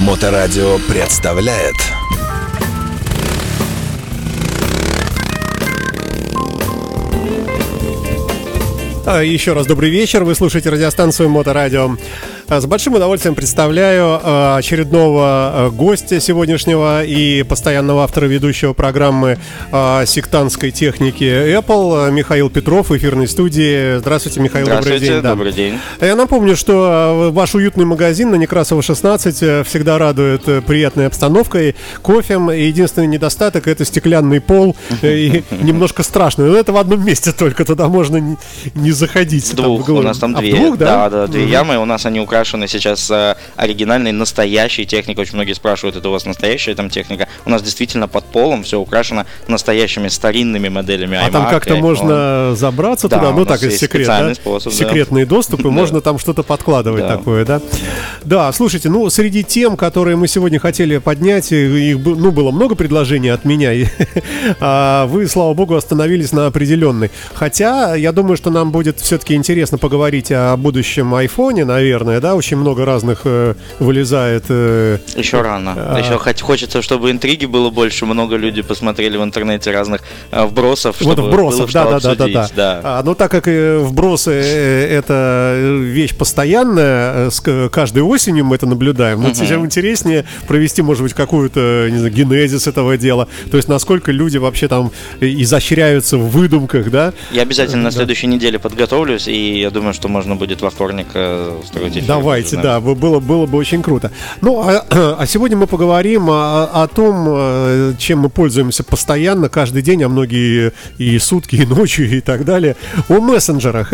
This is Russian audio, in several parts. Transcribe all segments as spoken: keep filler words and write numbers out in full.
Моторадио представляет. Еще раз добрый вечер. Вы слушаете радиостанцию Моторадио. С большим удовольствием представляю очередного гостя сегодняшнего и постоянного автора ведущего программы сектантской техники Apple, Михаил Петров в эфирной студии. Здравствуйте, Михаил. Здравствуйте, добрый день. Добрый день. Я напомню, что ваш уютный магазин на Некрасова шестнадцать всегда радует приятной обстановкой, кофе. Единственный недостаток — это стеклянный пол и немножко страшно. Но это в одном месте только, туда можно не заходить. В двух, у нас там а две, двух, да? Да, да, две угу. ямы, у нас они украшены сейчас э, оригинальной, настоящей техникой. Очень многие спрашивают, это у вас настоящая там техника? У нас действительно под полом все украшено настоящими старинными моделями iMac. А там как-то можно забраться да, туда? Ну так, это секрет, да? Способ, секретные да. доступы, можно там что-то подкладывать да. такое, да? Да, слушайте, ну среди тем, которые мы сегодня хотели поднять, их ну, было много предложений от меня, а вы, слава богу, остановились на определенной. Хотя, я думаю, что нам будет все-таки интересно поговорить о будущем айфоне, наверное, да, очень много разных э, вылезает. Э, Еще рано. А... Еще хоть хочется, чтобы интриги было больше, много людей посмотрели в интернете разных э, вбросов. Вот вбросов, да, да, да, да, да, да. А, ну так как э, вбросы э, это вещь постоянная, э, с, каждой осенью мы это наблюдаем, но uh-huh. тем интереснее провести, может быть, какую-то, не знаю, генезис этого дела. То есть насколько люди вообще там изощряются в выдумках, да? Я обязательно э, на следующей да. неделе подготовлюсь, и я думаю, что можно будет во вторник э, строить эфир. Давайте, да, было, было бы очень круто. Ну, а, а сегодня мы поговорим о, о том, чем мы пользуемся постоянно, каждый день, а многие и сутки, и ночью, и так далее, о мессенджерах.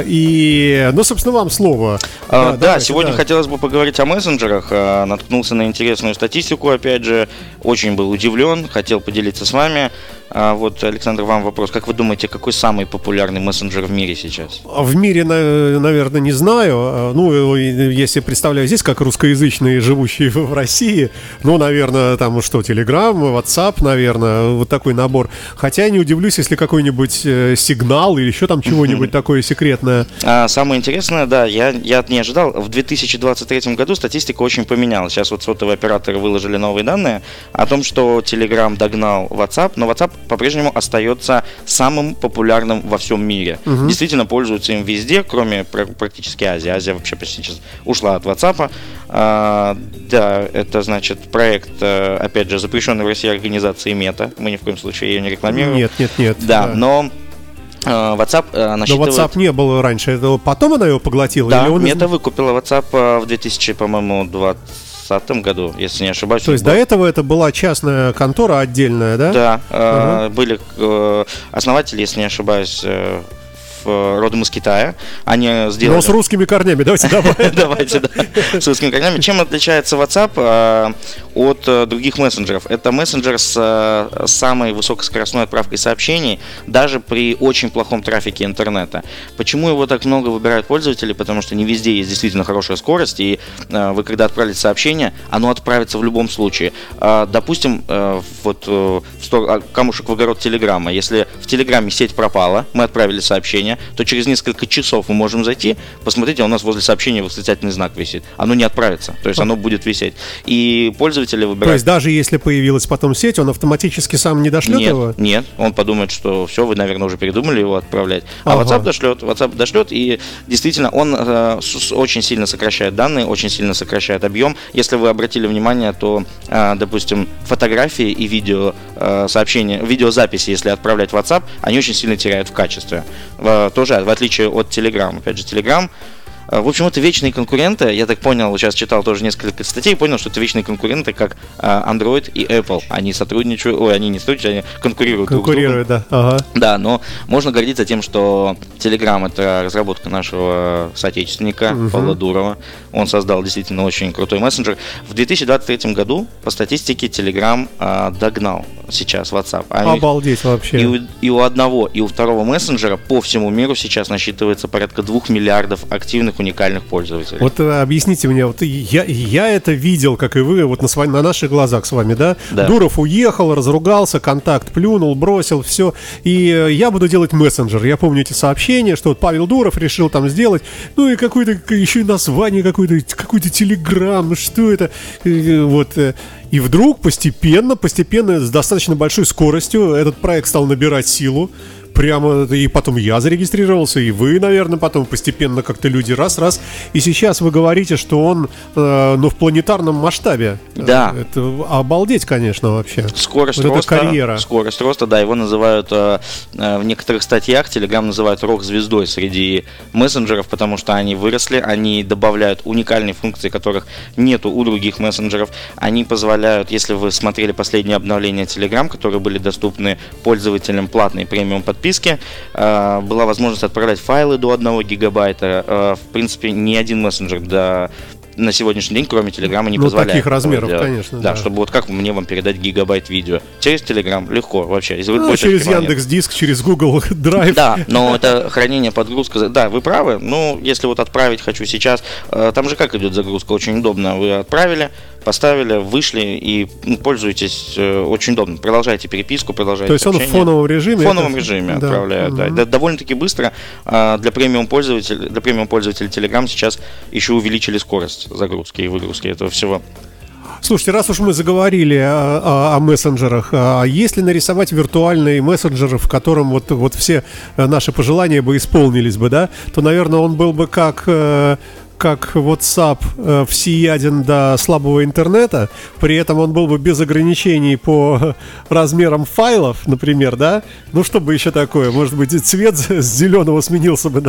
И, ну, собственно, вам слово. А, да, давайте, сегодня да. хотелось бы поговорить о мессенджерах. А, наткнулся на интересную статистику, опять же, очень был удивлен, хотел поделиться с вами. А вот, Александр, вам вопрос. Как вы думаете, какой самый популярный мессенджер в мире сейчас? В мире, наверное, не знаю. Ну, если представляю здесь, как русскоязычные, живущие в России, ну, наверное, там что, Telegram, WhatsApp, наверное, вот такой набор. Хотя я не удивлюсь, если какой-нибудь сигнал или еще там чего-нибудь такое секретное. А, самое интересное, да, я, я не ожидал. В две тысячи двадцать третьем году статистика очень поменялась. Сейчас вот сотовые операторы выложили новые данные о том, что Telegram догнал WhatsApp, но WhatsApp по-прежнему остается самым популярным во всем мире. Uh-huh. Действительно пользуются им везде, кроме практически Азии. Азия вообще почти сейчас ушла от WhatsApp. А, да, это значит проект, опять же, запрещенный в России организацией Мета. Мы ни в коем случае ее не рекламируем. Нет, нет, нет. Да, да. но WhatsApp насчитывает... Но WhatsApp не был раньше. Это потом она его поглотила? Да, или он... Мета выкупила WhatsApp в две тысячи двадцатом году, если не ошибаюсь. То есть был... до этого это была частная контора отдельная, да? Да, uh-huh. э, были э, основатели, если не ошибаюсь, э, родом из Китая. Они сделали... Но с русскими корнями, давайте добавим. Давайте, да, с русскими корнями. Чем отличается WhatsApp от других мессенджеров? Это мессенджер с самой высокоскоростной отправкой сообщений, даже при очень плохом трафике интернета. Почему его так много выбирают пользователи? Потому что не везде есть действительно хорошая скорость, и вы, когда отправите сообщение, оно отправится в любом случае. Допустим, вот камушек в огород Телеграма. Если в Телеграме сеть пропала, мы отправили сообщение, то через несколько часов мы можем зайти, посмотрите, у нас возле сообщения восклицательный знак висит. Оно не отправится, то есть оно будет висеть. И пользователи выбирают... То есть даже если появилась потом сеть, он автоматически сам не дошлет нет, его? Нет, он подумает, что все, вы, наверное, уже передумали его отправлять. А ага. WhatsApp дошлет, WhatsApp дошлет, и действительно он э, с, очень сильно сокращает данные, очень сильно сокращает объем. Если вы обратили внимание, то, э, допустим, фотографии и видео э, сообщения, видеозаписи, если отправлять в WhatsApp, они очень сильно теряют в качестве. Тоже, в отличие от Telegram. Опять же, Telegram, в общем, это вечные конкуренты. Я так понял, сейчас читал тоже несколько статей, и понял, что это вечные конкуренты, как Android и Apple. Они сотрудничают, ой, они не сотрудничают, они конкурируют. Конкурируют, да. Ага. Да, но можно гордиться тем, что Telegram — это разработка нашего соотечественника uh-huh. Павла Дурова. Он создал действительно очень крутой мессенджер. В две тысячи двадцать третьем году, по статистике, Telegram а, догнал сейчас WhatsApp. А Обалдеть вообще. И у, и у одного, и у второго мессенджера по всему миру сейчас насчитывается порядка двух миллиардов активных отдельных уникальных пользователей. Вот э, объясните мне, вот я, я это видел, как и вы, вот на, сва- на наших глазах с вами, да? Да. Дуров уехал, разругался, контакт плюнул, бросил, все. И э, я буду делать мессенджер. Я помню эти сообщения, что вот Павел Дуров решил там сделать, ну и какое-то еще и название какое-то, какой-то телеграм, ну что это? И, вот. Э, и вдруг постепенно, постепенно, с достаточно большой скоростью этот проект стал набирать силу. Прямо, и потом я зарегистрировался, и вы, наверное, потом постепенно как-то люди раз-раз. И сейчас вы говорите, что он, э, ну, в планетарном масштабе. Да. Это обалдеть, конечно, вообще. Скорость вот роста, эта карьера. Скорость роста, да, его называют э, в некоторых статьях, Telegram называют рок-звездой среди мессенджеров, потому что они выросли, они добавляют уникальные функции, которых нету у других мессенджеров. Они позволяют, если вы смотрели последние обновления Telegram, которые были доступны пользователям платной премиум подписки, была возможность отправлять файлы до одного гигабайта. В принципе, ни один мессенджер до на сегодняшний день, кроме Телеграма, не ну, позволяет. Таких размеров, конечно. Да, да, чтобы вот как мне вам передать гигабайт видео. Через Телеграм легко вообще. Ну, через Яндекс.Диск, через Google Drive. Да, но это хранение, подгрузка. Да, вы правы. Ну, если вот отправить хочу сейчас, там же как идет загрузка? Очень удобно. Вы отправили, поставили, вышли и ну, пользуетесь э, очень удобно. Продолжайте переписку, продолжайте То есть общение. Он в фоновом режиме? В фоновом это... режиме да. отправляют, mm-hmm. да. Довольно-таки быстро. А, для премиум пользователей, для премиум пользователей Telegram сейчас еще увеличили скорость загрузки и выгрузки этого всего. Слушайте, раз уж мы заговорили о, о, о мессенджерах, а если нарисовать виртуальный мессенджер, в котором вот, вот все наши пожелания бы исполнились бы, да, то, наверное, он был бы как... как WhatsApp э, всеяден до слабого интернета, при этом он был бы без ограничений по размерам файлов, например, да? Ну, что бы еще такое? Может быть, цвет с зеленого сменился бы, да?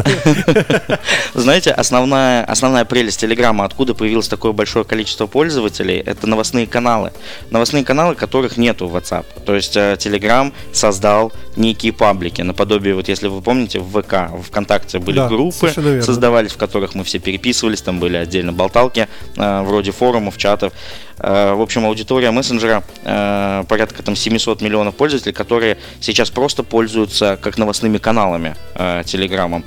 Знаете, основная, основная прелесть Телеграма, откуда появилось такое большое количество пользователей, это новостные каналы. Новостные каналы, которых нету в WhatsApp. То есть Телеграм создал некие паблики, наподобие, вот если вы помните, в ВК, в ВКонтакте были да, группы, создавались, в которых мы все переписывались, там были отдельно болталки, э, вроде форумов, чатов. Э, в общем, аудитория мессенджера э, порядка там семьсот миллионов пользователей, которые сейчас просто пользуются как новостными каналами э, Телеграмом.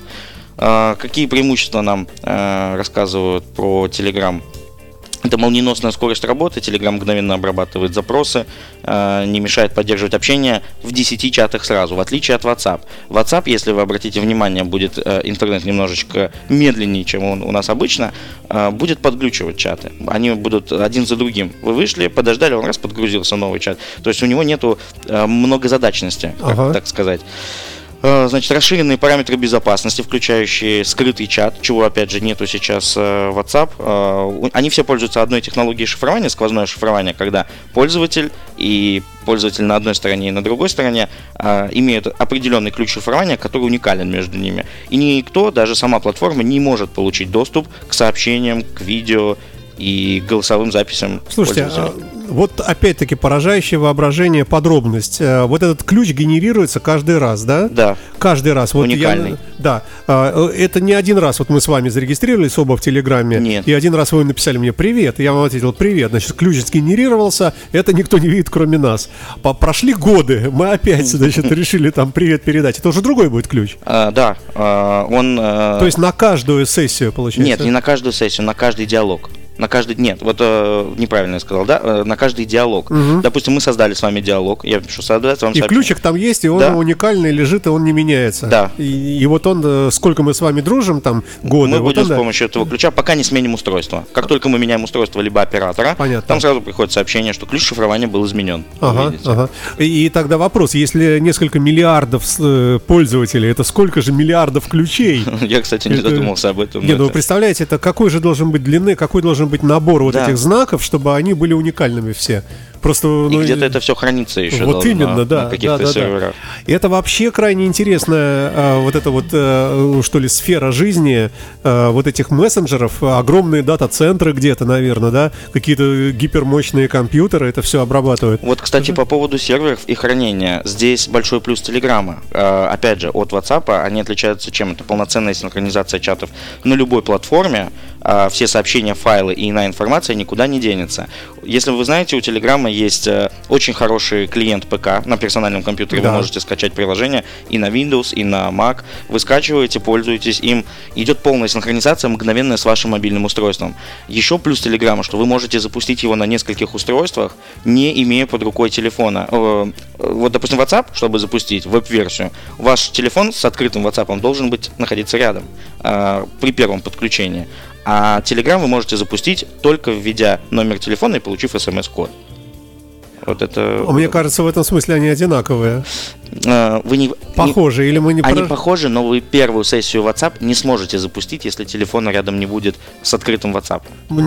Э, какие преимущества нам э, рассказывают про Телеграм? Это молниеносная скорость работы, Telegram мгновенно обрабатывает запросы, э, не мешает поддерживать общение в десяти чатах сразу, в отличие от WhatsApp. WhatsApp, если вы обратите внимание, будет э, интернет немножечко медленнее, чем он у нас обычно, э, будет подглючивать чаты. Они будут один за другим. Вы вышли, подождали, он раз подгрузился новый чат. То есть у него нету э, многозадачности, ага. так сказать. Значит, расширенные параметры безопасности, включающие скрытый чат, чего, опять же, нету сейчас в WhatsApp. Они все пользуются одной технологией шифрования, сквозное шифрование, когда пользователь и пользователь на одной стороне и на другой стороне имеют определенный ключ шифрования, который уникален между ними. И никто, даже сама платформа, не может получить доступ к сообщениям, к видео и голосовым записям. Слушайте, вот опять-таки поражающее воображение подробность. Вот этот ключ генерируется каждый раз, да? Да. Каждый раз. Вот уникальный. Я, да. Это не один раз. Вот мы с вами зарегистрировались оба в Телеграме. Нет. И один раз вы написали мне «Привет». И я вам ответил «Привет». Значит, ключ сгенерировался. Это никто не видит, кроме нас. Прошли годы. Мы опять, значит, решили там «Привет» передать. Это уже другой будет ключ. А, да. А, он... А... То есть на каждую сессию, получается? Нет, не на каждую сессию, на каждый диалог. На каждый... Нет, вот э, неправильно я сказал, да? Э, на каждый диалог. Угу. Допустим, мы создали с вами диалог, я пишу создать вам и сообщение. Ключик там есть, и он да. уникальный, лежит, и он не меняется. Да. И, и вот он, сколько мы с вами дружим, там, годы. Мы вот будем он, с помощью этого ключа, пока не сменим устройство. Как только мы меняем устройство либо оператора, понятно. Там сразу приходит сообщение, что ключ шифрования был изменен. Ага, ага. И, и тогда вопрос, если несколько миллиардов пользователей, это сколько же миллиардов ключей? Я, кстати, не задумался об этом. Нет, ну вы представляете, это какой же должен быть длины, какой должен быть набор вот этих знаков, чтобы они были уникальными все. Просто, и ну, где-то это все хранится еще. Вот именно, на, да. На каких-то да, да, серверах. Да. Это вообще крайне интересная а, вот эта вот, а, что ли, сфера жизни а, вот этих мессенджеров. Огромные дата-центры где-то, наверное, да? Какие-то гипермощные компьютеры это все обрабатывают. Вот, кстати, по поводу серверов и хранения. Здесь большой плюс Телеграма. А, опять же, от WhatsApp они отличаются чем? Это полноценная синхронизация чатов на любой платформе. А, все сообщения, файлы и иная информация никуда не денется. Если вы знаете, у Телеграма Telegram есть э, очень хороший клиент ПК на персональном компьютере. Да. Вы можете скачать приложение и на Windows, и на Mac. Вы скачиваете, пользуетесь им. Идет полная синхронизация мгновенная с вашим мобильным устройством. Еще плюс Telegram, что вы можете запустить его на нескольких устройствах, не имея под рукой телефона. Э, вот, допустим, WhatsApp, чтобы запустить веб-версию, ваш телефон с открытым WhatsApp должен быть находиться рядом э, при первом подключении. А Telegram вы можете запустить, только введя номер телефона и получив смс-код. Вот это... Мне кажется, в этом смысле они одинаковые. Вы не, похожи, не, или мы не... Они про... похожи, но вы первую сессию WhatsApp не сможете запустить, если телефона рядом не будет с открытым WhatsApp.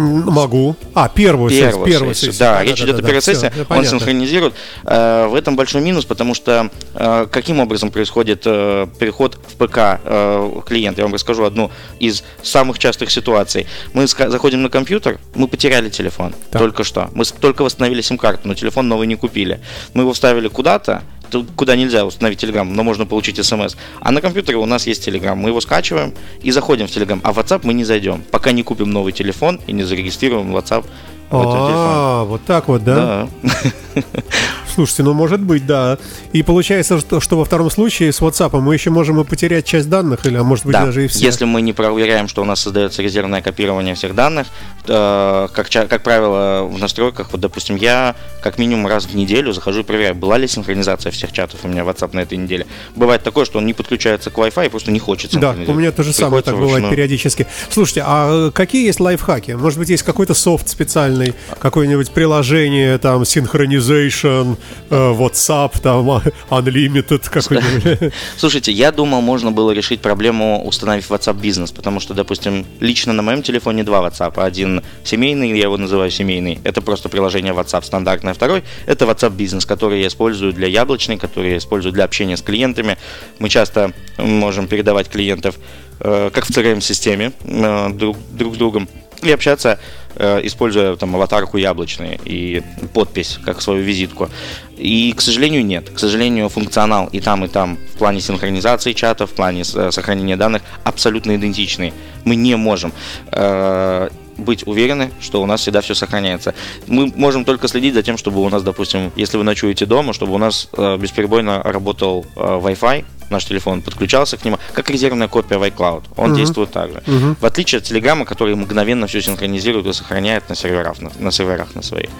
Могу. А, первую, первую сессию. Первую сессию. сессию. Да, да, речь да, идет да, о первой да, сессии, все, он синхронизирует. Э, в этом большой минус, потому что э, каким образом происходит э, переход в ПК э, клиент? Я вам расскажу одну из самых частых ситуаций. Мы ска- заходим на компьютер, мы потеряли телефон так. только что. Мы только восстановили сим-карту, но телефон новый не купили. Мы его вставили куда-то, куда нельзя установить Telegram, но можно получить смс. А на компьютере у нас есть Telegram. Мы его скачиваем и заходим в Telegram. А в WhatsApp мы не зайдем, пока не купим новый телефон и не зарегистрируем WhatsApp в этом телефоне. А, вот так вот, да? Да. Слушайте, ну может быть, да. И получается, что, что во втором случае с WhatsApp мы еще можем и потерять часть данных, или, а может быть, да. даже и все. Если мы не проверяем, что у нас создается резервное копирование всех данных, то, как, как правило, в настройках, вот, допустим, я как минимум раз в неделю захожу и проверяю, была ли синхронизация всех чатов у меня в WhatsApp на этой неделе. Бывает такое, что он не подключается к Wi-Fi и просто не хочет синхронизировать. Да, у меня то же самое так бывает периодически. Слушайте, а какие есть лайфхаки? Может быть, есть какой-то софт специальный, какое-нибудь приложение, там, Synchronization, WhatsApp, там, Unlimited какой-нибудь. Слушайте, я думал, можно было решить проблему, установив WhatsApp Business, потому что, допустим, лично на моем телефоне два WhatsApp. Один семейный, я его называю семейный, это просто приложение WhatsApp стандартное. Второй — это WhatsApp Business, который я использую для яблочной, который я использую для общения с клиентами. Мы часто можем передавать клиентов, э, как в си ар эм-системе, э, друг, друг с другом, и общаться, э, используя там аватарку яблочной и подпись, как свою визитку. И, к сожалению, нет. К сожалению, функционал и там, и там в плане синхронизации чатов, в плане э, сохранения данных абсолютно идентичный. Мы не можем э, быть уверены, что у нас всегда все сохраняется. Мы можем только следить за тем, чтобы у нас, допустим, если вы ночуете дома, чтобы у нас э, бесперебойно работал э, Wi-Fi, наш телефон подключался к нему, как резервная копия в iCloud. Он uh-huh. действует так же. Uh-huh. В отличие от Telegram, который мгновенно все синхронизирует и сохраняет на серверах, на, на серверах на своих.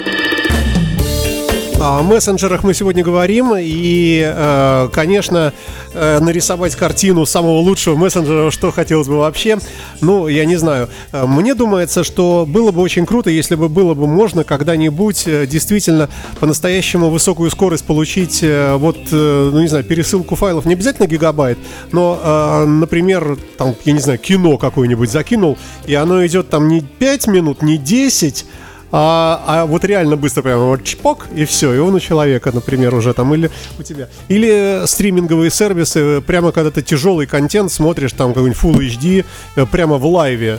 О мессенджерах мы сегодня говорим, и, э, конечно, э, нарисовать картину самого лучшего мессенджера, что хотелось бы вообще, ну, я не знаю. Мне думается, что было бы очень круто, если бы было бы можно когда-нибудь действительно по-настоящему высокую скорость получить, э, вот, э, ну, не знаю, пересылку файлов, не обязательно гигабайт, но, э, например, там, я не знаю, кино какое-нибудь закинул, и оно идет там не пять минут, не десять, А, а вот реально быстро прямо вот чпок, и все, и он у человека, например, уже там, или у тебя. Или стриминговые сервисы, прямо когда ты тяжелый контент смотришь, там какой-нибудь Full эйч ди, прямо в лайве.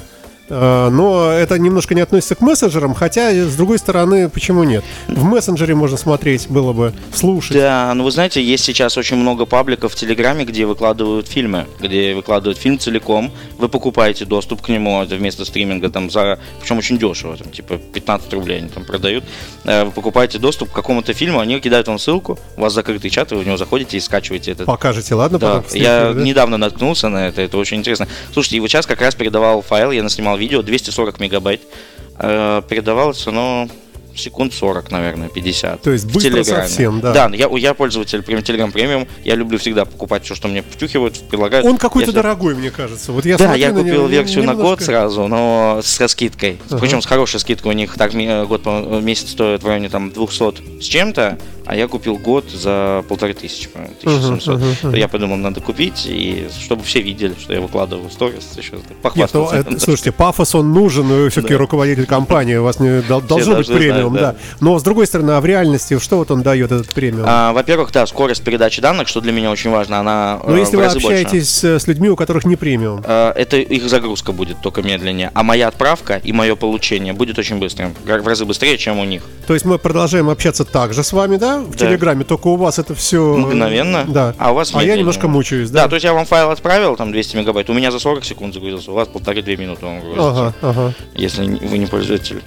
Но это немножко не относится к мессенджерам, хотя, с другой стороны, почему нет? В мессенджере можно смотреть, было бы, слушать. Да, ну вы знаете, есть сейчас очень много пабликов в Телеграме, где выкладывают фильмы, где выкладывают фильм целиком, вы покупаете доступ к нему, это вместо стриминга, там, за, причем очень дешево, там, типа пятнадцать рублей они там продают, вы покупаете доступ к какому-то фильму, они кидают вам ссылку, у вас закрытый чат, вы в него заходите и скачиваете этот. Покажете, ладно? Да, потом я да? недавно наткнулся на это, это очень интересно. Слушайте, и вот сейчас как раз передавал файл, я наснимал видео, двести сорок мегабайт, э, передавалось оно секунд сорок, наверное, пятьдесят. То есть быстро совсем, да. Да, я, я пользователь Telegram Premium, я люблю всегда покупать все, что мне втюхивают, предлагают. Он какой-то Если... дорогой, мне кажется. Вот я да, я купил него, версию немножко... на год сразу, но со скидкой. Ага. Причем с хорошей скидкой, у них так год месяц стоит в районе там двухсот с чем-то, а я купил год за полторы тысячи, по-моему, тысяча семьсот. Uh-huh, uh-huh, uh-huh. Я подумал, надо купить, и чтобы все видели, что я выкладываю в сторис, еще похвастаться. Нет, ну, это, слушайте, пафос он нужен, но все-таки да. руководитель компании, у вас не должен быть премиум, знать, да. да. Но с другой стороны, а в реальности, что вот он дает, этот премиум? А, во-первых, да, скорость передачи данных, что для меня очень важно, она Но если в вы разы общаетесь больше. с людьми, у которых не премиум? А, это их загрузка будет только медленнее, а моя отправка и мое получение будет очень быстрым, в разы быстрее, чем у них. То есть мы продолжаем общаться также с вами, да, в да. Телеграме? Только у вас это все мгновенно, да. а у вас а я немножко мучаюсь, да? Да, то есть я вам файл отправил, там двести мегабайт, у меня за сорок секунд загрузился, у вас полторы-две минуты он грузится, ага, ага. если вы не пользователь.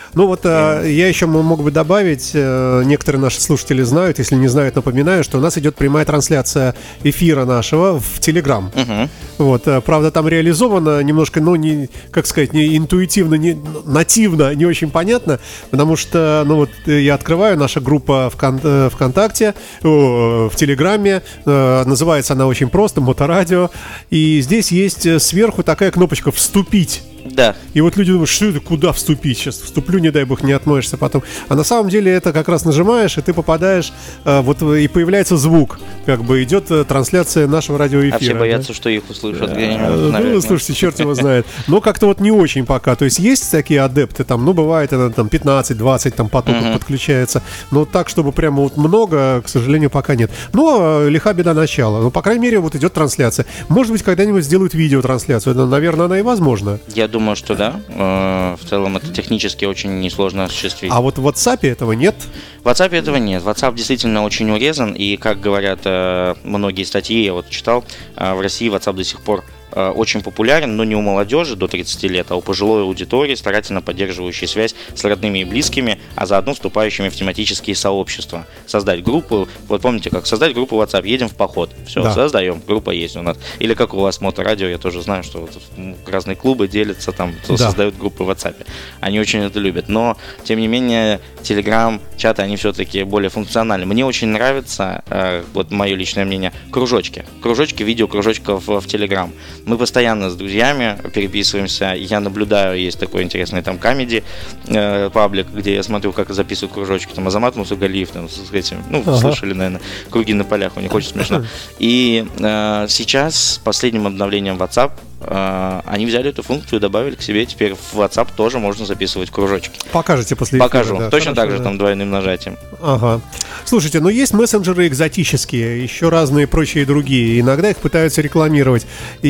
Ну вот mm. я еще мог бы добавить, некоторые наши слушатели знают, если не знают, напоминаю, что у нас идет прямая трансляция эфира нашего в Telegram. Mm-hmm. Вот, правда, там реализовано немножко, ну, не, как сказать, не интуитивно, не нативно, не очень понятно, потому что, ну вот, я открываю, наша группа ВКон, ВКонтакте, о, в Телеграме, называется она очень просто, Моторадио, и здесь есть сверху такая кнопочка «Вступить». Да. И вот люди думают, что это, куда вступить? Сейчас вступлю, не дай бог, не отмоешься потом. А на самом деле это как раз нажимаешь, и ты попадаешь, э, вот и появляется звук, как бы идет э, трансляция нашего радиоэфира. А все боятся, да? Что их услышат. Ну, слушайте, черт его знает. Но как-то вот не очень пока. То есть есть такие адепты, там, ну, бывает, это там пятнадцать-двадцать там потоков uh-huh. подключается. Но так, чтобы прямо вот много, к сожалению, пока нет. Но лиха беда начала. Ну, по крайней мере, вот идет трансляция. Может быть, когда-нибудь сделают видеотрансляцию. Это, наверное, она и возможна. Я думаю, что да. В целом это технически очень несложно осуществить. А вот в WhatsApp этого нет? В WhatsApp этого нет. WhatsApp действительно очень урезан. И, как говорят многие статьи, я вот читал, в России WhatsApp до сих пор очень популярен, но не у молодежи до тридцати лет, а у пожилой аудитории, старательно поддерживающей связь с родными и близкими, а заодно вступающими в тематические сообщества. Создать группу, вот помните, как создать группу в WhatsApp, едем в поход, все, да. Создаем, группа есть у нас. Или как у вас Моторадио, я тоже знаю, что вот разные клубы делятся, там, да. создают группы в WhatsApp. Они очень это любят, но, тем не менее, Telegram, чаты, они все-таки более функциональны. Мне очень нравится, вот мое личное мнение, кружочки. Кружочки, видео кружочков в Telegram. Мы постоянно с друзьями переписываемся. Я наблюдаю, есть такой интересный там комеди э, паблик, где я смотрю, как записывают кружочки. Там Азамат Мусагалиев, там, с этим, ну, ага. слышали, наверное, круги на полях, у них очень смешно. И э, сейчас, с последним обновлением WhatsApp, э, они взяли эту функцию и добавили к себе. Теперь в WhatsApp тоже можно записывать кружочки. Покажете после эфира. Покажу. Да, точно хорошо, так же, да. там, двойным нажатием. Ага. Слушайте, ну есть мессенджеры экзотические, еще разные прочие другие. Иногда их пытаются рекламировать.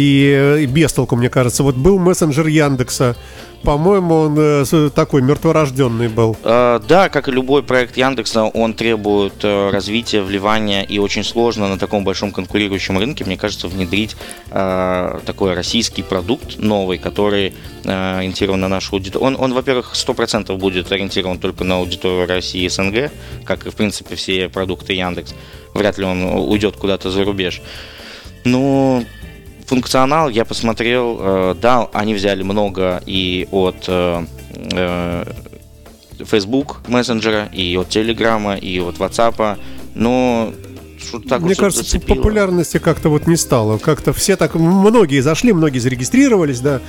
И, и без толку, мне кажется. Вот был мессенджер Яндекса. По-моему, он э, такой мертворожденный был. Uh, да, как и любой проект Яндекса, он требует uh, развития, вливания, и очень сложно на таком большом конкурирующем рынке, мне кажется, внедрить uh, такой российский продукт новый, который uh, ориентирован на нашу аудиторию. Он, он, во-первых, сто процентов будет ориентирован только на аудиторию России и СНГ, как и, в принципе, все продукты Яндекс. Вряд ли он уйдет куда-то за рубеж. Но функционал я посмотрел, э, да, они взяли много и от э, э, Facebook мессенджера, и от Telegram, и от WhatsApp, но так мне вот кажется, зацепило. Популярности как-то вот не стало. Как-то все так, многие зашли, многие зарегистрировались, да.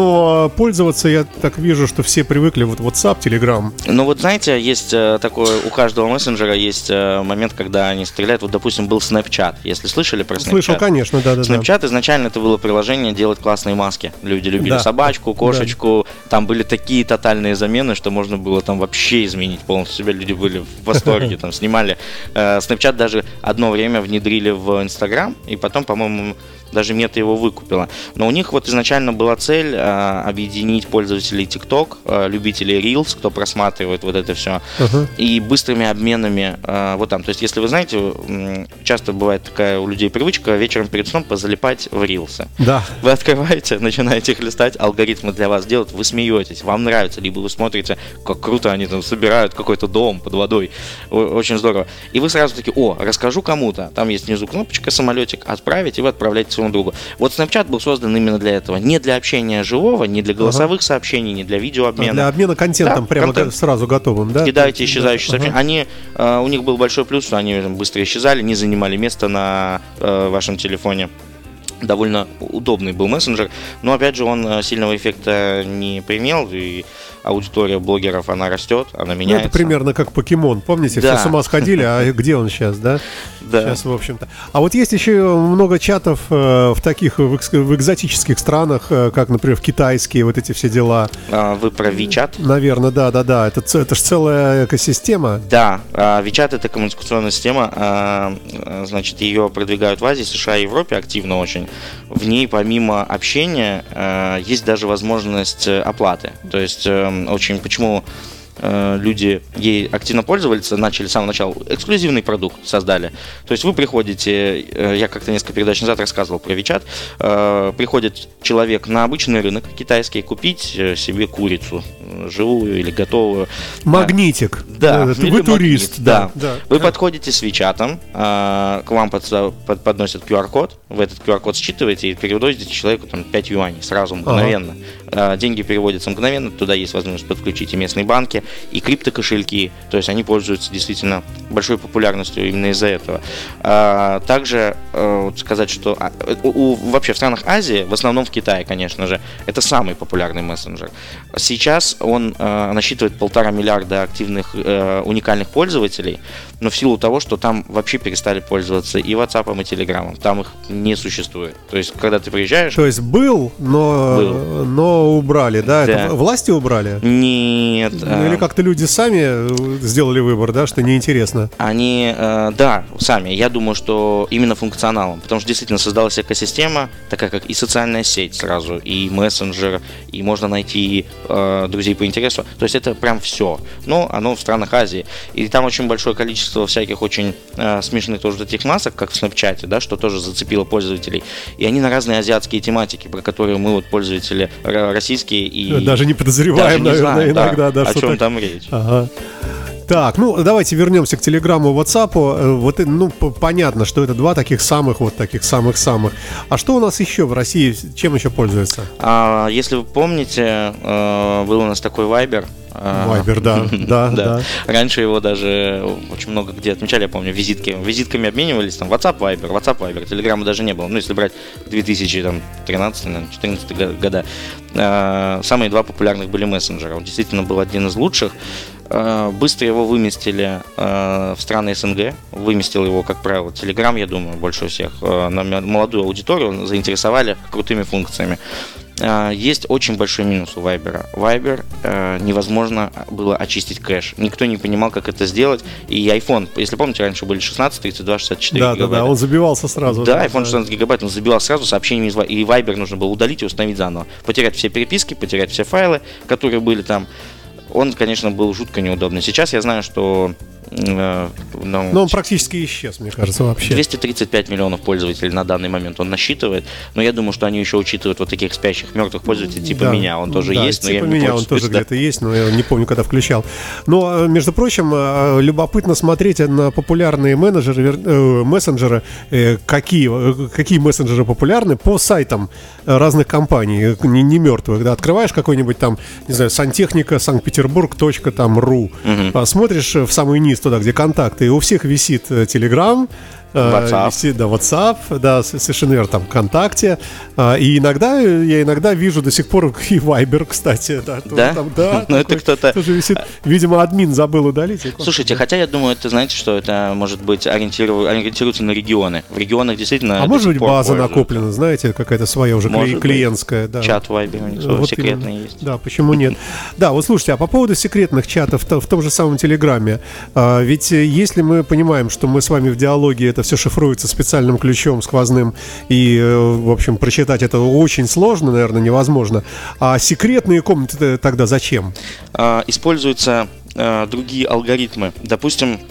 Но пользоваться я так вижу, что все привыкли вот WhatsApp, Telegram. Ну вот знаете, есть такой, у каждого мессенджера есть момент, когда они стреляют. Вот, допустим, был Snapchat. Если слышали про Snapchat? Слышал, конечно, да, да. Snapchat изначально это было приложение делать классные маски. Люди любили да. собачку, кошечку. Да. Там были такие тотальные замены, что можно было там вообще изменить полностью себя. Люди были в восторге, там снимали. Snapchat даже одно время внедрили в Instagram, и потом, по-моему, даже Мета его выкупила. Но у них вот изначально была цель а, объединить пользователей TikTok, а, любителей Reels, кто просматривает вот это все, uh-huh. и быстрыми обменами а, вот там. То есть, если вы знаете, часто бывает такая у людей привычка вечером перед сном позалипать в Reels. Да. Вы открываете, начинаете их листать, алгоритмы для вас делают, вы смеетесь, вам нравится, либо вы смотрите, как круто они там собирают какой-то дом под водой. Очень здорово. И вы сразу такие: о, расскажу кому-то. Там есть внизу кнопочка, самолетик, отправить, и вы отправляете своему другу. Вот Snapchat был создан именно для этого. Не для общения живого, не для голосовых ага. сообщений, не для видеообмена. А для обмена контентом, да, прямо контент. Сразу готовым, да? Кидаете исчезающие да. сообщения. Ага. Они, э, у них был большой плюс, что они быстро исчезали, не занимали место на э, вашем телефоне. Довольно удобный был мессенджер, но опять же он сильного эффекта не приимел, и аудитория блогеров, она растет, она меняется. Ну, это примерно как покемон, помните, да. все с ума сходили, а где он сейчас, да? Да. Сейчас, в общем-то. А вот есть еще много чатов э, в таких, в, экс, в экзотических странах, э, как, например, в китайские, вот эти все дела. А, вы про WeChat? Наверное, да, да, да, это, это же целая экосистема. Да, WeChat — это коммуникационная система, значит, ее продвигают в Азии, США и Европе активно очень. В ней помимо общения э, есть даже возможность оплаты. То есть э, очень почему э, люди ей активно пользовались, начали с самого начала, эксклюзивный продукт создали. То есть вы приходите, э, я как-то несколько передач назад рассказывал про WeChat, э, приходит человек на обычный рынок китайский купить себе курицу, живую или готовую. Магнитик. Да, вы или турист. Магнит, да. Да. Вы Да. подходите с WeChat, к вам под, под, подносят ку ар код, вы этот ку ар код считываете и переводите человеку там, пять юаней сразу, мгновенно. Ага. Деньги переводятся мгновенно, туда есть возможность подключить и местные банки, и криптокошельки, то есть они пользуются действительно большой популярностью именно из-за этого. Также сказать, что у, вообще в странах Азии, в основном в Китае, конечно же, это самый популярный мессенджер. Сейчас он насчитывает полтора миллиарда активных уникальных пользователей, но в силу того, что там вообще перестали пользоваться и WhatsApp, и Telegram, там их не существует. То есть, когда ты приезжаешь... То есть был, но, был. но убрали, да? Да. Это власти убрали? Нет. Ну, или как-то люди сами сделали выбор, да, что неинтересно? Они, э, да, сами. Я думаю, что именно функционалом. Потому что действительно создалась экосистема, такая как и социальная сеть сразу, и мессенджер, и можно найти э, друзей по интересу. То есть это прям все. Но оно в странах Азии. И там очень большое количество всяких очень э, смешных тоже таких масок, как в Снэпчате, да, что тоже зацепило пользователей. И они на разные азиатские тематики, про которые мы, вот, пользователи российские, и даже не подозреваем, даже не наверное, знаем, иногда, да, да, о что чем так... там речь. Ага. Так, ну давайте вернемся к Телеграму и WhatsApp. Вот, ну, понятно, что это два таких самых, вот таких самых-самых. А что у нас еще в России, чем еще пользуются? А, если вы помните, был у нас такой Viber. Viber, да, да, да. Раньше его даже очень много где отмечали, я помню, визитки. Визитками обменивались, там, WhatsApp, Viber, WhatsApp, Viber, Телеграма даже не было. Ну, если брать две тысячи тринадцатый, две тысячи четырнадцатый года, самые два популярных были мессенджеры. Он действительно был один из лучших. Быстро его выместили в страны СНГ. Выместил его, как правило, Telegram, я думаю, больше всех. На молодую аудиторию заинтересовали крутыми функциями. Есть очень большой минус у Viber. Viber невозможно было очистить кэш. Никто не понимал, как это сделать. И iPhone, если помните, раньше были шестнадцать, тридцать два, шестьдесят четыре да, гигабайта. Да, да, он забивался сразу. Да, iPhone шестнадцать гигабайт, он забивал сразу сообщениями из Viber. И Viber нужно было удалить и установить заново. Потерять все переписки, потерять все файлы, которые были там. Он, конечно, был жутко неудобный. Сейчас я знаю, что... Э, ну, но он практически исчез, мне кажется, вообще. двести тридцать пять миллионов пользователей на данный момент он насчитывает. Но я думаю, что они еще учитывают вот таких спящих, мертвых пользователей, типа да, меня. Он тоже да, есть, но типа я меня не он тоже да. где-то есть, но я не помню, когда включал. Но, между прочим, любопытно смотреть на популярные менеджеры, э, мессенджеры, э, какие, какие мессенджеры популярны по сайтам разных компаний, не, не мертвых. Да. Открываешь какой-нибудь там, не знаю, сантехника, Санкт-Петербург, точка там ру, угу. Смотришь в самый низ туда, где контакты, и у всех висит Telegram, WhatsApp. Висит, да, WhatsApp, да, совершенно верно, там ВКонтакте. И иногда, я иногда вижу до сих пор и Viber, кстати. Да? Да? Там, да, ну, это кто-то... тоже висит. Видимо, админ забыл удалить. Слушайте, хотя я думаю, это, знаете, что это может быть ориентиру... ориентируется на регионы. В регионах действительно... А может быть, база накоплена, знаете, какая-то своя уже может клиентская. Да. Чат в Viber у них вот секретный именно. Есть. Да, почему нет? Да, вот слушайте, а по поводу секретных чатов в том же самом Телеграме, ведь если мы понимаем, что мы с вами в диалоге, это все шифруется специальным ключом сквозным, и, в общем, прочитать это очень сложно, наверное, невозможно. А секретные комнаты тогда зачем? Используются другие алгоритмы. Допустим,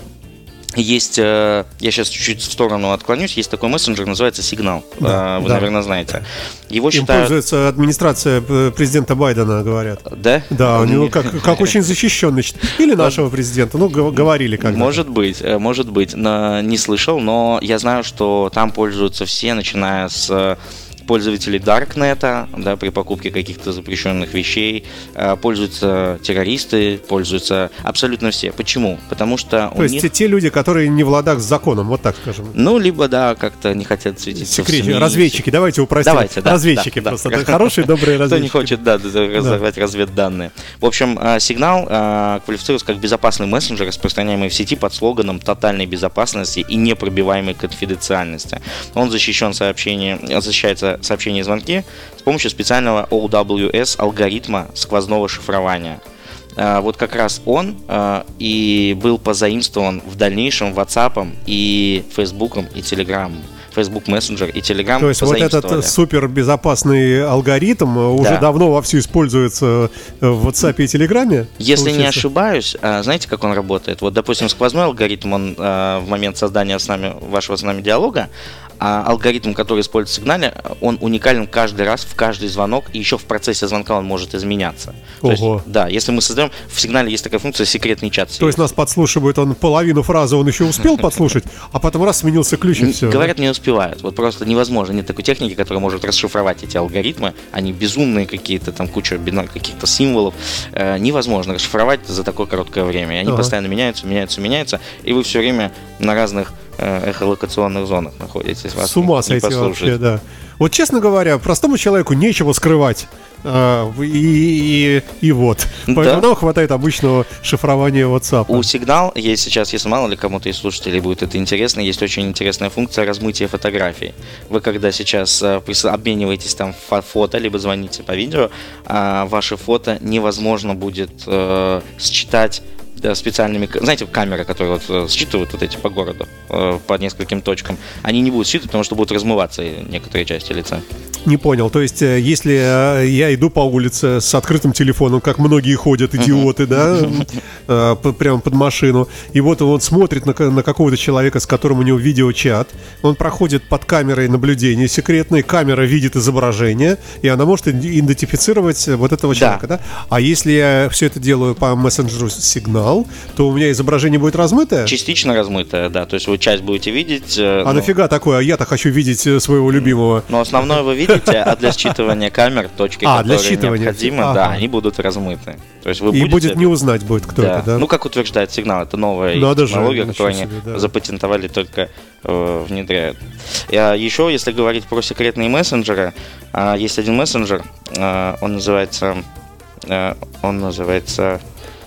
есть, я сейчас чуть-чуть в сторону отклонюсь, есть такой мессенджер, называется Signal, да, вы, да. наверное, знаете. Его Им считают... пользуется администрация президента Байдена, говорят. Да? Да, у него как, как очень защищенный. Или нашего президента, ну, говорили когда-то. Может быть, может быть, но не слышал, но я знаю, что там пользуются все, начиная с... пользователи Даркнета, да, при покупке каких-то запрещенных вещей, э, пользуются террористы, пользуются абсолютно все. Почему? Потому что То у есть них... те, те люди, которые не в ладах с законом, вот так скажем. Ну, либо, да, как-то не хотят светиться Секрет... в СМИ. Давайте давайте упростим. Давайте, да, разведчики да, просто. Да. Хорошие, добрые разведчики. Кто не хочет, да, разорвать да. разведданные. В общем, Signal квалифицируется как безопасный мессенджер, распространяемый в сети под слоганом тотальной безопасности и непробиваемой конфиденциальности. Он защищен сообщение, защищается сообщения и звонки с помощью специального о дабл ю эс алгоритма сквозного шифрования. Вот как раз он и был позаимствован в дальнейшем WhatsApp и Facebook и Telegram. Facebook Messenger и Telegram. То есть вот этот супер безопасный алгоритм уже да. давно вовсю используется в WhatsApp и Telegram? Если получается? Не ошибаюсь, знаете, как он работает? Вот, допустим, сквозной алгоритм, он в момент создания с нами, вашего с нами диалога, А алгоритм, который используется в сигнале, он уникален каждый раз, в каждый звонок, и еще в процессе звонка он может изменяться. Ого. То есть, да, если мы создаем, в сигнале есть такая функция секретный чат. То есть нас подслушивают, он половину фразы он еще успел подслушать, а потом раз сменился ключ и все. Говорят, не успевают. Вот просто невозможно. Нет такой техники, которая может расшифровать эти алгоритмы. Они безумные какие-то, там куча бинар каких-то символов. Э, невозможно расшифровать за такое короткое время. И они ага. постоянно меняются, меняются, меняются. И вы все время на разных э, эхолокационных зонах находитесь. С ума сойти вообще, да. Вот, честно говоря, простому человеку нечего скрывать. А, и, и, и вот. Поэтому да. нам хватает обычного шифрования WhatsApp. У Signal есть сейчас, если мало ли кому-то из слушателей будет это интересно, есть очень интересная функция размытия фотографий. Вы когда сейчас а, обмениваетесь там фото, либо звоните по видео, а, ваши фото невозможно будет а, считать специальными, знаете, камеры, которые вот считывают вот эти по городу, по нескольким точкам, они не будут считывать, потому что будут размываться некоторые части лица. Не понял, то есть, если я иду по улице с открытым телефоном, как многие ходят, идиоты, uh-huh. да, прямо под машину, и вот он смотрит на, на какого-то человека, с которым у него видеочат, он проходит под камерой наблюдения секретной, камера видит изображение, и она может идентифицировать вот этого человека, да? да? А если я все это делаю по мессенджеру Signal, то у меня изображение будет размытое? Частично размытое, да, то есть вы часть будете видеть. А ну... нафига такое? Я-то хочу видеть своего любимого. Но основное вы видите, а для считывания камер точки, а, которые необходимы, ага. да, они будут размыты. То есть вы и будете... будет не узнать будет, кто да. это, да? Ну, как утверждает Signal, это новая Надо технология, же, которую себе, они да. запатентовали, только э, внедряют. А еще, если говорить про секретные мессенджеры, э, есть один мессенджер, э, он называется, э, он называется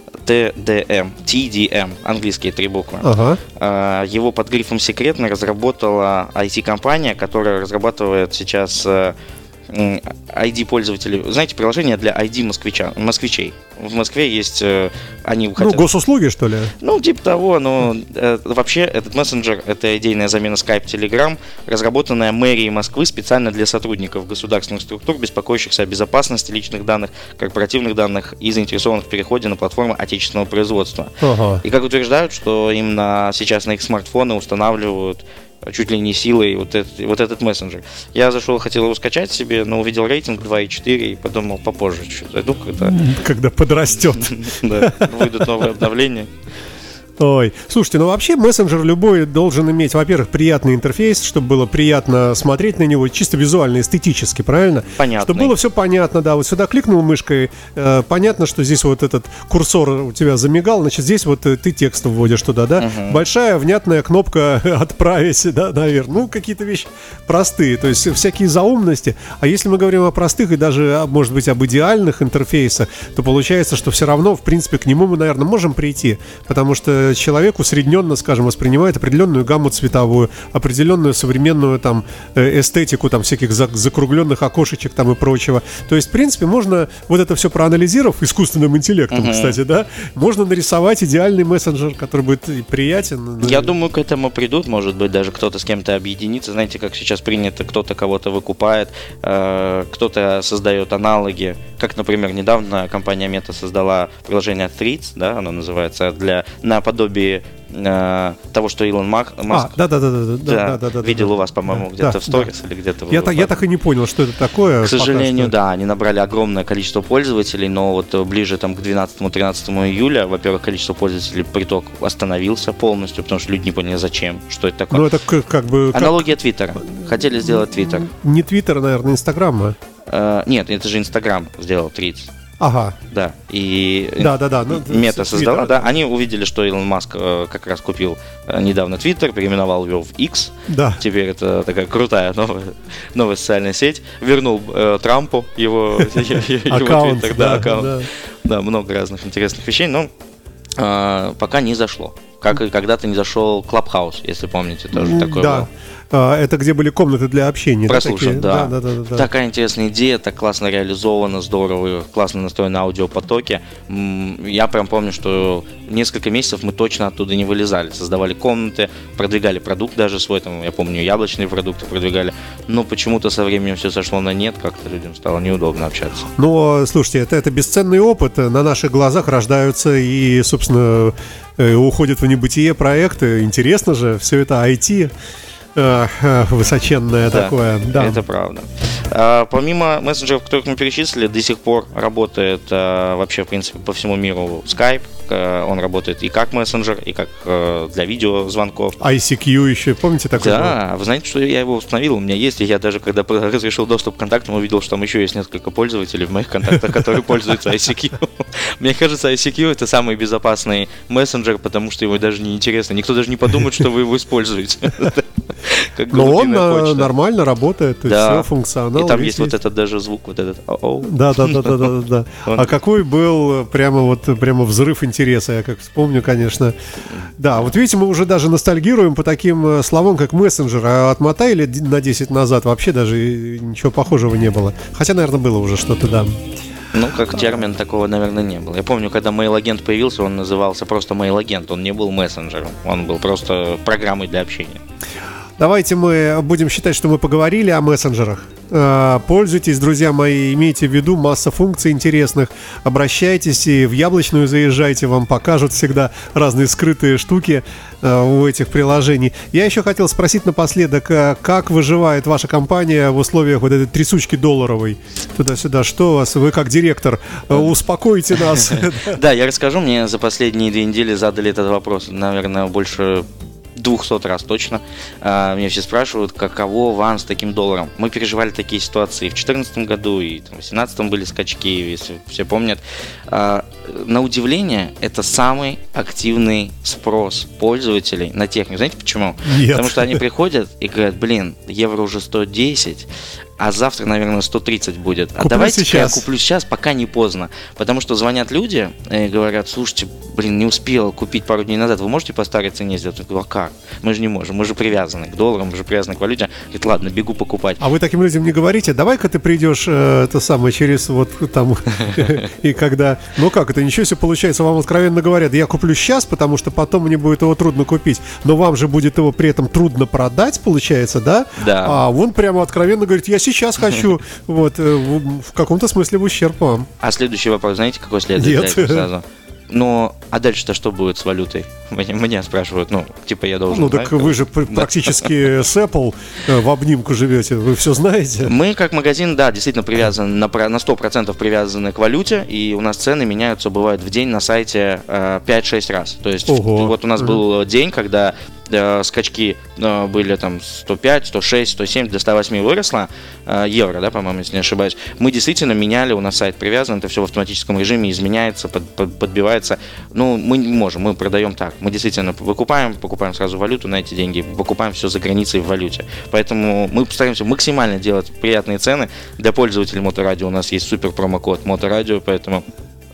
ти ди эм, ти ди эм, английские три буквы. Ага. Его под грифом «секретно» разработала ай ти-компания, которая разрабатывает сейчас ай ди пользователей. Знаете, приложение для ай ди москвича, москвичей. В Москве есть... Они хотят... Ну, госуслуги, что ли? Ну, типа того, но э, вообще этот мессенджер, это идейная замена Skype, Telegram, разработанная мэрией Москвы специально для сотрудников государственных структур, беспокоящихся о безопасности личных данных, корпоративных данных и заинтересованных в переходе на платформы отечественного производства. Ага. И как утверждают, что именно сейчас на их смартфоны устанавливают чуть ли не силой вот этот, вот этот мессенджер. Я зашел, хотел его скачать себе, но увидел рейтинг два и четыре и подумал, попозже чуть зайду, когда... Когда подрастет. Да, выйдут новые обновления. Ой, слушайте, ну вообще мессенджер любой должен иметь, во-первых, приятный интерфейс, чтобы было приятно смотреть на него, чисто визуально, эстетически, правильно? Понятно. Чтобы было все понятно, да, вот сюда кликнул мышкой, э, понятно, что здесь вот этот курсор у тебя замигал, значит, здесь вот ты текст вводишь туда, да? Угу. Большая, внятная кнопка «Отправить», да, наверное, ну, какие-то вещи простые, то есть всякие заумности, а если мы говорим о простых и даже, может быть, об идеальных интерфейсах, то получается, что все равно, в принципе, к нему мы, наверное, можем прийти, потому что человек усредненно, скажем, воспринимает определенную гамму цветовую, определенную современную там эстетику там всяких закругленных окошечек там и прочего. То есть, в принципе, можно вот это все проанализировав искусственным интеллектом, uh-huh. кстати, да, можно нарисовать идеальный мессенджер, который будет приятен. Я думаю, к этому придут, может быть, даже кто-то с кем-то объединится. Знаете, как сейчас принято, кто-то кого-то выкупает, э, кто-то создает аналоги. Как, например, недавно компания Meta создала приложение Threads, да, оно называется, для наподобие э, того, что Илон Маск, а, да, да, да, да, да, да, да, видел да, у вас, по-моему, да, где-то да, в сторис да. или где-то. Я, та, я так и не понял, что это такое. К сожалению, да, они набрали огромное количество пользователей, но вот ближе там к двенадцатому-тринадцатому июля, во-первых, количество пользователей приток остановился полностью, потому что люди не поняли, зачем, что это такое. Ну это как бы аналогия Твиттера. Хотели сделать Твиттер. Не Твиттер, наверное, Инстаграм. Uh, нет, это же Инстаграм сделал Threads. Ага. Да. И да, да, да. Ну, Мета создала, да. Они увидели, что Илон Маск э, как раз купил э, недавно Твиттер, переименовал его в X. Да. Теперь это такая крутая новая, новая социальная сеть. Вернул э, Трампу его Твиттер, да, аккаунт. Да, много разных интересных вещей, но пока не зашло. Как и когда-то не зашел Clubhouse, если помните, тоже такое было. Это где были комнаты для общения. Прослушать, да. Да, да, да, да. Такая интересная идея, так классно реализована, здорово, классно настроены аудиопотоки. Я прям помню, что несколько месяцев мы точно оттуда не вылезали. Создавали комнаты, продвигали продукт даже свой, там, я помню, яблочные продукты продвигали. Но почему-то со временем все сошло на нет, как-то людям стало неудобно общаться. Но, слушайте, это, это бесценный опыт. На наших глазах рождаются и, собственно, уходят в небытие проекты. Интересно же, все это ай ти. э, э, высоченное Да, такое. Да. это правда. А, помимо мессенджеров, которых мы перечислили, до сих пор работает а, вообще, в принципе, по всему миру Skype. А, он работает и как мессенджер, и как а, для видеозвонков. ай си кью еще, помните такой? Да, был? Вы знаете, что я его установил? У меня есть, и я даже, когда разрешил доступ к контактам, увидел, что там еще есть несколько пользователей в моих контактах, которые пользуются ай си кью. Мне кажется, ай си кью это самый безопасный мессенджер, потому что его даже не интересно. Никто даже не подумает, что вы его используете. Но он нормально работает, и все, функционал. И там есть вот этот даже звук, вот этот. Да, да, да, да, да, да. А какой был прямо вот прямо взрыв интереса, я как вспомню, конечно. Да, вот видите, мы уже даже ностальгируем по таким словам, как мессенджер, а отмотали на десять назад вообще даже ничего похожего не было. Хотя, наверное, было уже что-то, да. Ну, как термин такого, наверное, не было. Я помню, когда Mail-агент появился, он назывался просто Mail-агент, он не был мессенджером, он был просто программой для общения. Давайте мы будем считать, что мы поговорили о мессенджерах. Пользуйтесь, друзья мои, имейте в виду, масса функций интересных. Обращайтесь и в Яблочную заезжайте, вам покажут всегда разные скрытые штуки у этих приложений. Я еще хотел спросить напоследок, как выживает ваша компания в условиях вот этой трясучки долларовой? Туда-сюда, что у вас? Вы как директор, успокойте нас. Да, я расскажу, мне за последние две недели задали этот вопрос, наверное, больше двухсот раз точно. А, меня все спрашивают, каково вам с таким долларом. Мы переживали такие ситуации и в две тысячи четырнадцатом году, и в две тысячи восемнадцатом были скачки, если все помнят. А, на удивление, это самый активный спрос пользователей на технику. Знаете почему? Нет. Потому что они приходят и говорят, блин, евро уже сто десять, а завтра, наверное, сто тридцать будет. А куплю давайте сейчас. я куплю сейчас, пока не поздно. Потому что звонят люди и говорят, слушайте, блин, не успел купить пару дней назад, вы можете по старой цене сделать? Я говорю, а как? Мы же не можем, мы же привязаны к доллару, мы же привязаны к валюте. Говорит, ладно, бегу покупать. А вы таким людям не говорите, давай-ка ты придешь, э, это самое, через вот там, и когда, ну как, это ничего себе получается, вам откровенно говорят, я куплю сейчас, потому что потом мне будет его трудно купить, но вам же будет его при этом трудно продать, получается, да? Да. А он прямо откровенно говорит, я сейчас хочу, вот, в каком-то смысле в ущерб вам. А следующий вопрос, знаете, какой следует? Нет. Сразу? Ну, а дальше-то что будет с валютой? Меня, меня спрашивают, ну, типа я должен Ну, знать, так вы же да. практически с Apple в обнимку живете, вы все знаете. Мы как магазин, да, действительно привязаны, на, на сто процентов привязаны к валюте, и у нас цены меняются, бывают в день на сайте э, пять-шесть раз. То есть Ого. Вот у нас был день, когда э, скачки э, были там сто пять, сто шесть, сто семь, до ста восьми выросло, э, евро, да, по-моему, если не ошибаюсь. Мы действительно меняли, у нас сайт привязан, это все в автоматическом режиме изменяется, под, под, подбивается. Ну, мы не можем, мы продаем так. Мы действительно выкупаем, покупаем сразу валюту на эти деньги, покупаем все за границей в валюте. Поэтому мы стараемся максимально делать приятные цены. Для пользователей Моторадио у нас есть супер промокод Моторадио, поэтому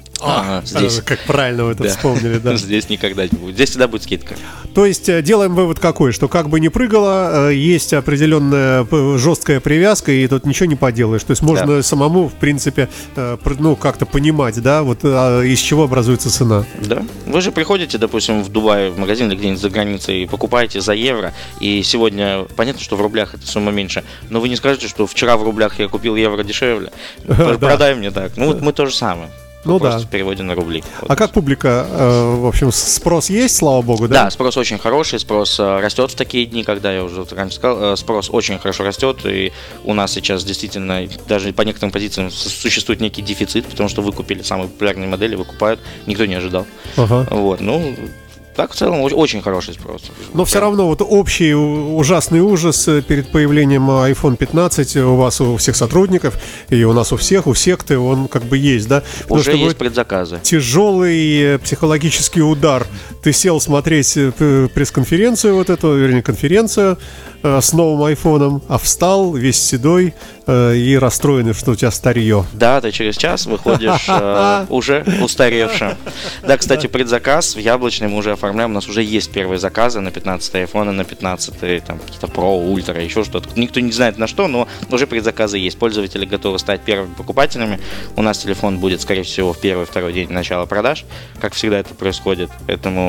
А, здесь, как правильно вы это да. вспомнили, да. Здесь никогда не будет. Здесь всегда будет скидка. То есть делаем вывод какой, что как бы ни прыгало, есть определенная жесткая привязка, и тут ничего не поделаешь. То есть можно Да. самому, в принципе, ну, как-то понимать, да, вот из чего образуется цена. Да. Вы же приходите, допустим, в Дубай, в магазин или где-нибудь за границей, и покупаете за евро, и сегодня, понятно, что в рублях эта сумма меньше, но вы не скажете, что вчера в рублях я купил евро дешевле. Продай мне так. Ну вот мы то же самое. Ну Просто да. в переводе на рубли. Вот. А как публика, э, в общем, спрос есть, слава богу, да? Да, спрос очень хороший, спрос э, растет в такие дни, когда я уже вот раньше сказал, э, спрос очень хорошо растет, и у нас сейчас действительно даже по некоторым позициям с- существует некий дефицит, потому что выкупили самые популярные модели, выкупают, никто не ожидал. Ага. Вот, ну, так в целом о- очень хороший спрос. Но все равно вот общий у- ужасный ужас перед появлением айфон пятнадцать у вас, у всех сотрудников, и у нас у всех, у секты, он как бы есть, да? Потому Уже что есть будет предзаказы. тяжелый психологический удар. Ты сел смотреть э, пресс-конференцию вот эту, вернее, конференцию э, с новым айфоном, а встал весь седой э, и расстроенный, что у тебя старье. Да, ты через час выходишь э, уже устаревшим. Да, кстати, предзаказ в Яблочной мы уже оформляем. У нас уже есть первые заказы на пятнадцатый айфон, на пятнадцатый, там какие-то Pro, Ultra, еще что-то. Никто не знает на что, но уже предзаказы есть. Пользователи готовы стать первыми покупателями. У нас телефон будет, скорее всего, в первый-второй день начала продаж. Как всегда это происходит. Поэтому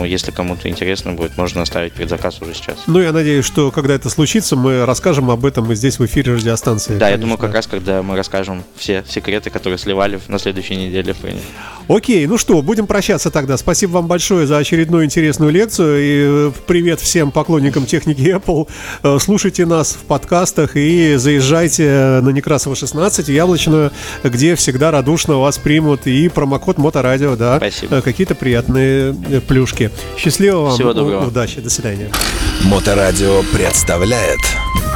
если кому-то интересно будет, можно оставить предзаказ уже сейчас. Ну, я надеюсь, что когда это случится, мы расскажем об этом и здесь в эфире радиостанции. Да, конечно. Я думаю, как раз когда мы расскажем все секреты, которые сливали на следующей неделе. Окей, ну что, будем прощаться тогда. Спасибо вам большое за очередную интересную лекцию. И привет всем поклонникам техники Apple. Слушайте нас в подкастах и заезжайте на Некрасова шестнадцать, Яблочную, где всегда радушно вас примут. И промокод Моторадио, да. Спасибо. Какие-то приятные плюшки. Счастливо вам. Всего доброго. Удачи. До свидания. Моторадио представляет